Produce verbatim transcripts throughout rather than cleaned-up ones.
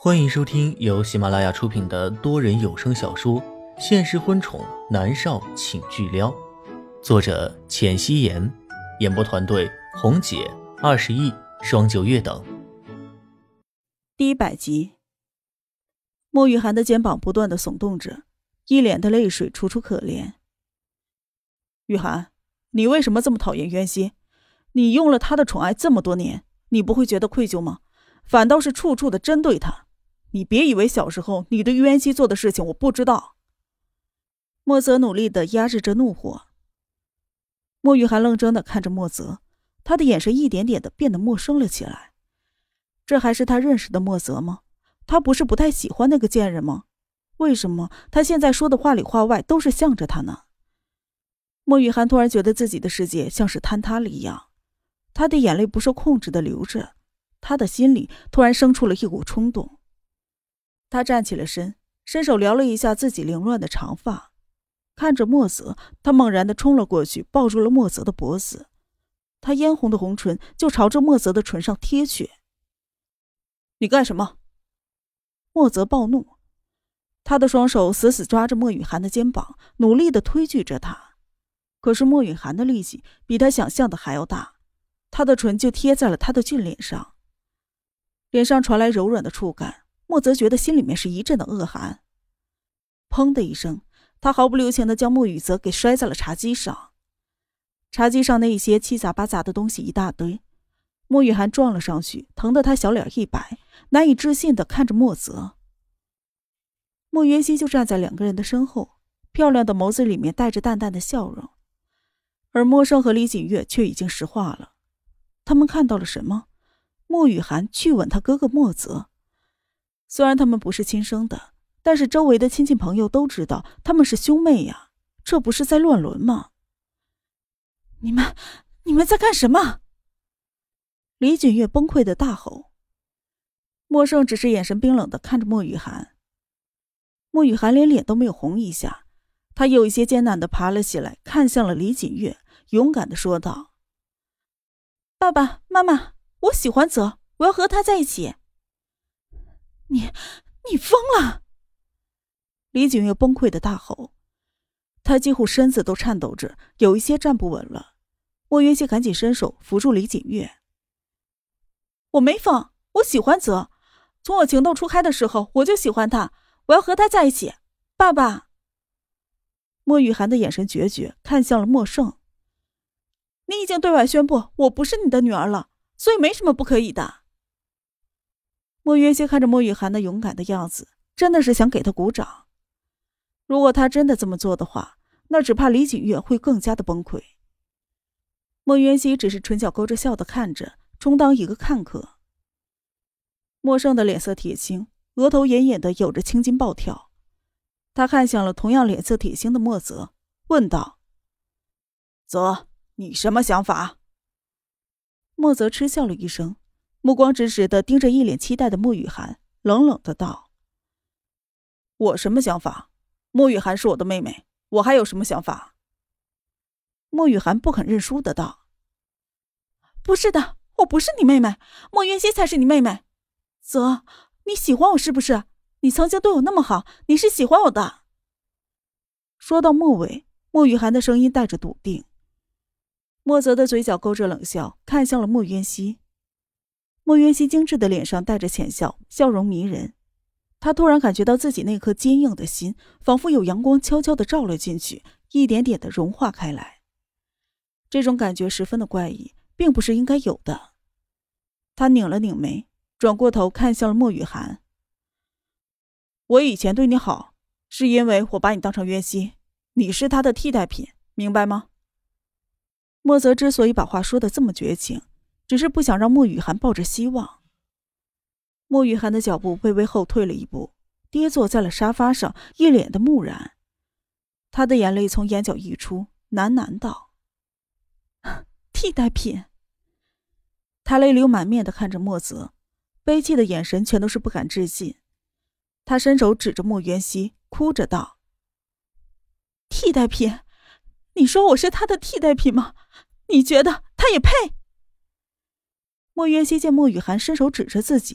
欢迎收听由喜马拉雅出品的多人有声小说《现实婚宠男少请巨撩》，作者浅汐颜，演播团队红姐、二十亿、双九月等。 第一百集，莫雨涵的肩膀不断地耸动着，一脸的泪水楚楚可怜。雨涵，你为什么这么讨厌渊熙？你用了他的宠爱这么多年，你不会觉得愧疚吗？反倒是处处的针对他。你别以为小时候你对渊熙做的事情我不知道。莫泽努力地压制着怒火。莫雨涵愣怔地看着莫泽，他的眼神一点点地变得陌生了起来。这还是他认识的莫泽吗？他不是不太喜欢那个贱人吗？为什么他现在说的话里话外都是向着他呢？莫雨涵突然觉得自己的世界像是坍塌了一样，他的眼泪不受控制地流着，他的心里突然生出了一股冲动。他站起了身，伸手撩了一下自己凌乱的长发，看着莫泽，他猛然地冲了过去，抱住了莫泽的脖子，他嫣红的红唇就朝着莫泽的唇上贴去。你干什么？莫泽暴怒，他的双手死死抓着莫雨涵的肩膀，努力地推拒着他。可是莫雨涵的力气比他想象的还要大，他的唇就贴在了他的俊脸上，脸上传来柔软的触感。莫泽觉得心里面是一阵的恶寒。砰的一声，他毫不留情地将莫雨泽给摔在了茶几上。茶几上那一些七杂八杂的东西一大堆，莫雨涵撞了上去，疼得他小脸一白，难以置信地看着莫泽。莫渊熙就站在两个人的身后，漂亮的眸子里面带着淡淡的笑容，而莫胜和李锦月却已经石化了。他们看到了什么？莫雨涵去吻他哥哥莫泽。虽然他们不是亲生的，但是周围的亲戚朋友都知道他们是兄妹呀，这不是在乱伦吗？你们你们在干什么？李锦月崩溃的大吼。莫胜只是眼神冰冷地看着莫雨涵。莫雨涵连脸都没有红一下，他有一些艰难地爬了起来，看向了李锦月，勇敢地说道：爸爸妈妈，我喜欢泽，我要和他在一起。你你疯了！李锦月崩溃的大吼，他几乎身子都颤抖着，有一些站不稳了。莫渊熙赶紧伸手扶住李锦月。我没疯，我喜欢泽，从我情窦初开的时候我就喜欢他，我要和他在一起。爸爸！莫雨涵的眼神决绝，看向了莫胜。你已经对外宣布我不是你的女儿了，所以没什么不可以的。莫渊熙看着莫雨涵的勇敢的样子，真的是想给他鼓掌。如果他真的这么做的话，那只怕李锦月会更加的崩溃。莫渊熙只是唇角勾着笑的看着，充当一个看客。莫胜的脸色铁青，额头隐隐的有着青筋暴跳。他看向了同样脸色铁青的莫泽，问道：泽，你什么想法？莫泽嗤笑了一声，目光直直地盯着一脸期待的莫雨涵，冷冷的道：我什么想法？莫雨涵是我的妹妹，我还有什么想法？莫雨涵不肯认输的道：不是的，我不是你妹妹，莫渊熙才是你妹妹。泽，你喜欢我是不是？你曾经对我那么好，你是喜欢我的。说到末尾，莫雨涵的声音带着笃定。莫泽的嘴角勾着冷笑，看向了莫渊熙。莫渊熙精致的脸上带着浅笑，笑容迷人。他突然感觉到自己那颗坚硬的心，仿佛有阳光悄悄地照了进去，一点点地融化开来。这种感觉十分的怪异，并不是应该有的。他拧了拧眉，转过头看向了莫雨涵。我以前对你好，是因为我把你当成渊熙，你是他的替代品，明白吗？莫泽之所以把话说得这么绝情，只是不想让莫雨涵抱着希望。莫雨涵的脚步微微后退了一步，跌坐在了沙发上，一脸的木然。他的眼泪从眼角溢出，喃喃道：替代品。他泪流满面地看着莫泽，悲戚的眼神全都是不敢置信。他伸手指着莫渊熙，哭着道：替代品？你说我是他的替代品吗？你觉得他也配？莫渊熙见莫雨涵伸手指着自己，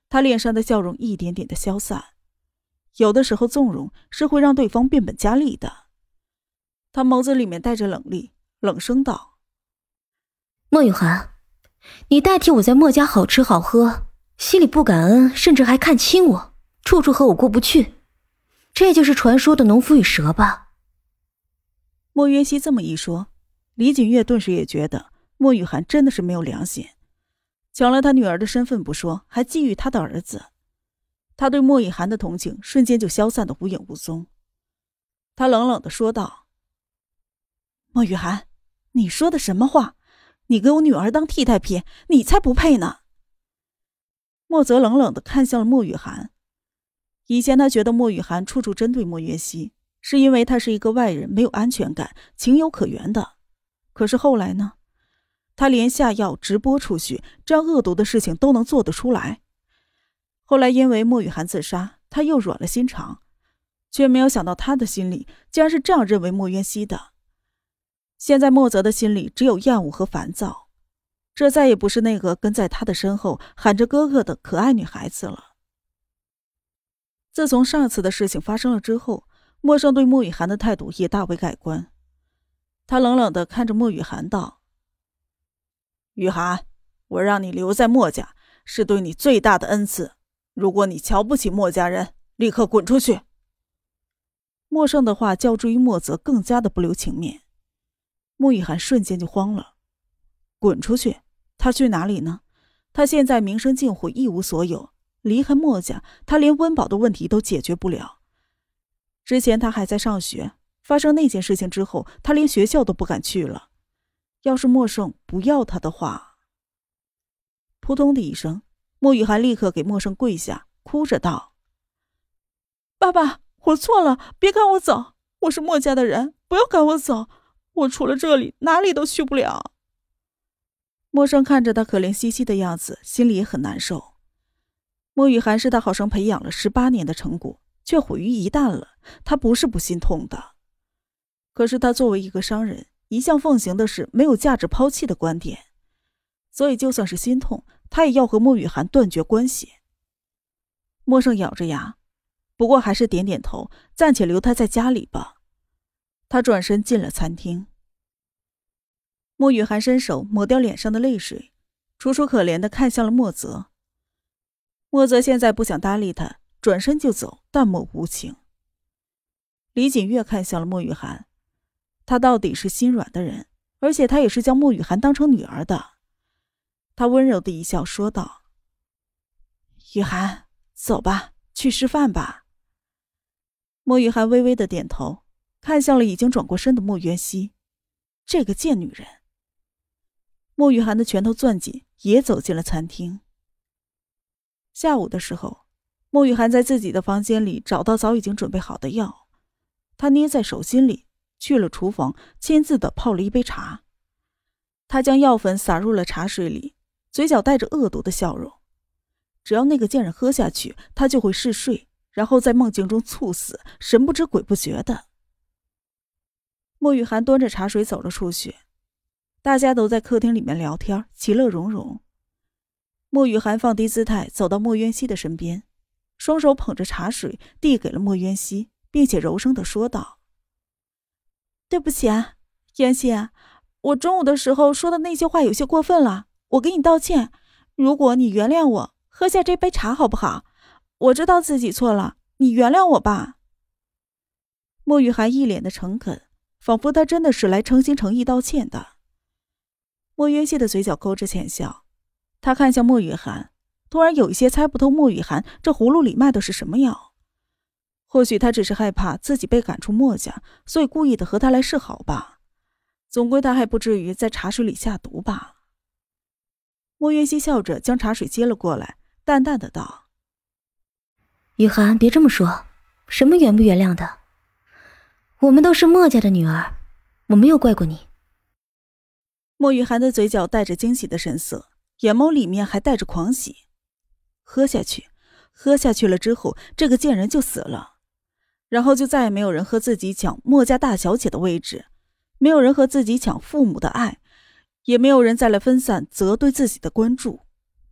他脸上的笑容一点点的消散。有的时候纵容是会让对方变本加厉的。他眸子里面带着冷厉，冷声道： 莫雨涵，你代替我在莫家好吃好喝，心里不感恩，甚至还看轻我，处处和我过不去，这就是传说的农夫与蛇吧？ 莫渊熙这么一说，李锦月顿时也觉得莫雨涵真的是没有良心，抢了他女儿的身份不说，还觊觎他的儿子。他对莫雨涵的同情瞬间就消散得无影无踪。他冷冷地说道：莫雨涵，你说的什么话？你给我女儿当替代品，你才不配呢。莫泽冷冷地看向了莫雨涵。以前他觉得莫雨涵处处针对莫渊熙，是因为他是一个外人，没有安全感，情有可原的。可是后来呢？他连下药直播出去，这样恶毒的事情都能做得出来。后来因为莫雨涵自杀，他又软了心肠，却没有想到他的心里竟然是这样认为莫渊熙的。现在莫泽的心里只有厌恶和烦躁，这再也不是那个跟在他的身后喊着哥哥的可爱女孩子了。自从上次的事情发生了之后，莫生对莫雨涵的态度也大为改观。他冷冷地看着莫雨涵道：雨涵，我让你留在莫家是对你最大的恩赐，如果你瞧不起莫家人，立刻滚出去。莫胜的话较之于莫泽更加的不留情面。莫雨涵瞬间就慌了，滚出去？他去哪里呢？他现在名声尽毁，一无所有，离开莫家，他连温饱的问题都解决不了。之前他还在上学，发生那件事情之后，他连学校都不敢去了。要是莫胜不要他的话……扑通的一声，莫雨涵立刻给莫胜跪下，哭着道：爸爸，我错了，别赶我走，我是莫家的人，不要赶我走，我除了这里哪里都去不了。莫胜看着他可怜兮兮的样子，心里也很难受。莫雨涵是他好生培养了十八年的成果，却毁于一旦了，他不是不心痛的。可是他作为一个商人，一向奉行的是没有价值抛弃的观点，所以就算是心痛，他也要和莫雨涵断绝关系。莫胜咬着牙，不过还是点点头，暂且留他在家里吧。他转身进了餐厅。莫雨涵伸手抹掉脸上的泪水，楚楚可怜地看向了莫泽。莫泽现在不想搭理他，转身就走，淡漠无情。李锦月看向了莫雨涵，他到底是心软的人，而且他也是将莫雨涵当成女儿的。他温柔的一笑说道：雨涵，走吧，去吃饭吧。莫雨涵微微的点头，看向了已经转过身的莫渊熙，这个贱女人。莫雨涵的拳头攥紧，也走进了餐厅。下午的时候，莫雨涵在自己的房间里找到早已经准备好的药，她捏在手心里，去了厨房，亲自的泡了一杯茶。她将药粉撒入了茶水里，嘴角带着恶毒的笑容。只要那个贱人喝下去，她就会嗜睡，然后在梦境中猝死，神不知鬼不觉的。莫雨涵端着茶水走了出去，大家都在客厅里面聊天，其乐融融。莫雨涵放低姿态走到莫渊熙的身边，双手捧着茶水递给了莫渊熙，并且柔声地说道：对不起啊，渊熙啊，我中午的时候说的那些话有些过分了，我给你道歉，如果你原谅我，喝下这杯茶好不好？我知道自己错了，你原谅我吧。莫雨涵一脸的诚恳，仿佛他真的是来诚心诚意道歉的。莫渊熙的嘴角勾着浅笑，他看向莫雨涵，突然有一些猜不透莫雨涵这葫芦里卖的是什么药。或许他只是害怕自己被赶出莫家，所以故意的和他来示好吧，总归他还不至于在茶水里下毒吧。莫渊熙笑着将茶水接了过来，淡淡的道： 雨涵，别这么说，什么原不原谅的，我们都是莫家的女儿，我没有怪过你。 莫雨涵的嘴角带着惊喜的神色，眼眸里面还带着狂喜。喝下去，喝下去了之后，这个贱人就死了，然后就再也没有人和自己抢莫家大小姐的位置，没有人和自己抢父母的爱，也没有人再来分散泽对自己的关注。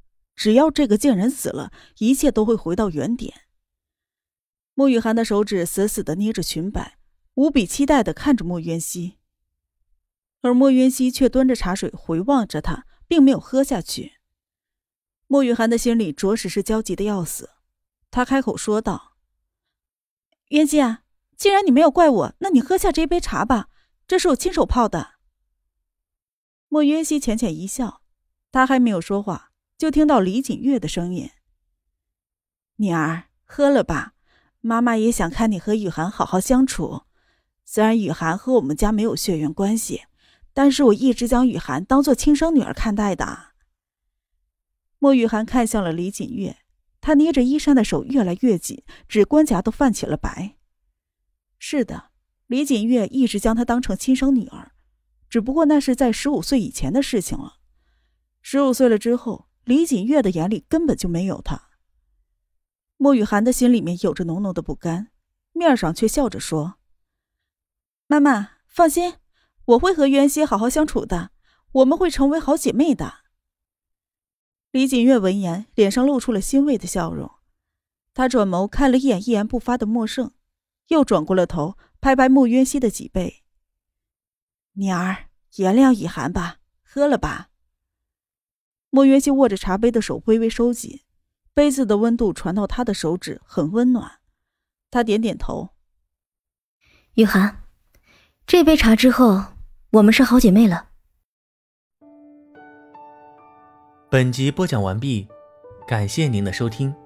只要这个贱人死了，一切都会回到原点。莫雨涵的手指死死地捏着裙摆，无比期待地看着莫渊熙，而莫渊熙却端着茶水回望着他，并没有喝下去。莫雨涵的心里着实是焦急的要死，他开口说道：渊熙啊，既然你没有怪我，那你喝下这杯茶吧，这是我亲手泡的。莫渊熙浅浅一笑，他还没有说话，就听到李锦月的声音：女儿，喝了吧，妈妈也想看你和雨涵好好相处。虽然雨涵和我们家没有血缘关系，但是我一直将雨涵当作亲生女儿看待的。莫雨涵看向了李锦月，她捏着衣衫的手越来越紧，指关夹都泛起了白。是的，李锦月一直将她当成亲生女儿，只不过那是在十五岁以前的事情了。十五岁了之后，李锦月的眼里根本就没有她。莫雨涵的心里面有着浓浓的不甘，面上却笑着说：妈妈放心，我会和渊熙好好相处的，我们会成为好姐妹的。李锦月闻言，脸上露出了欣慰的笑容，她转眸看了一眼一言不发的莫胜，又转过了头，拍拍莫渊熙的脊背：女儿，原谅雨涵吧，喝了吧。莫渊熙握着茶杯的手微微收紧，杯子的温度传到他的手指，很温暖。他点点头： 雨涵，这杯茶之后，我们是好姐妹了。 本集播讲完毕，感谢您的收听。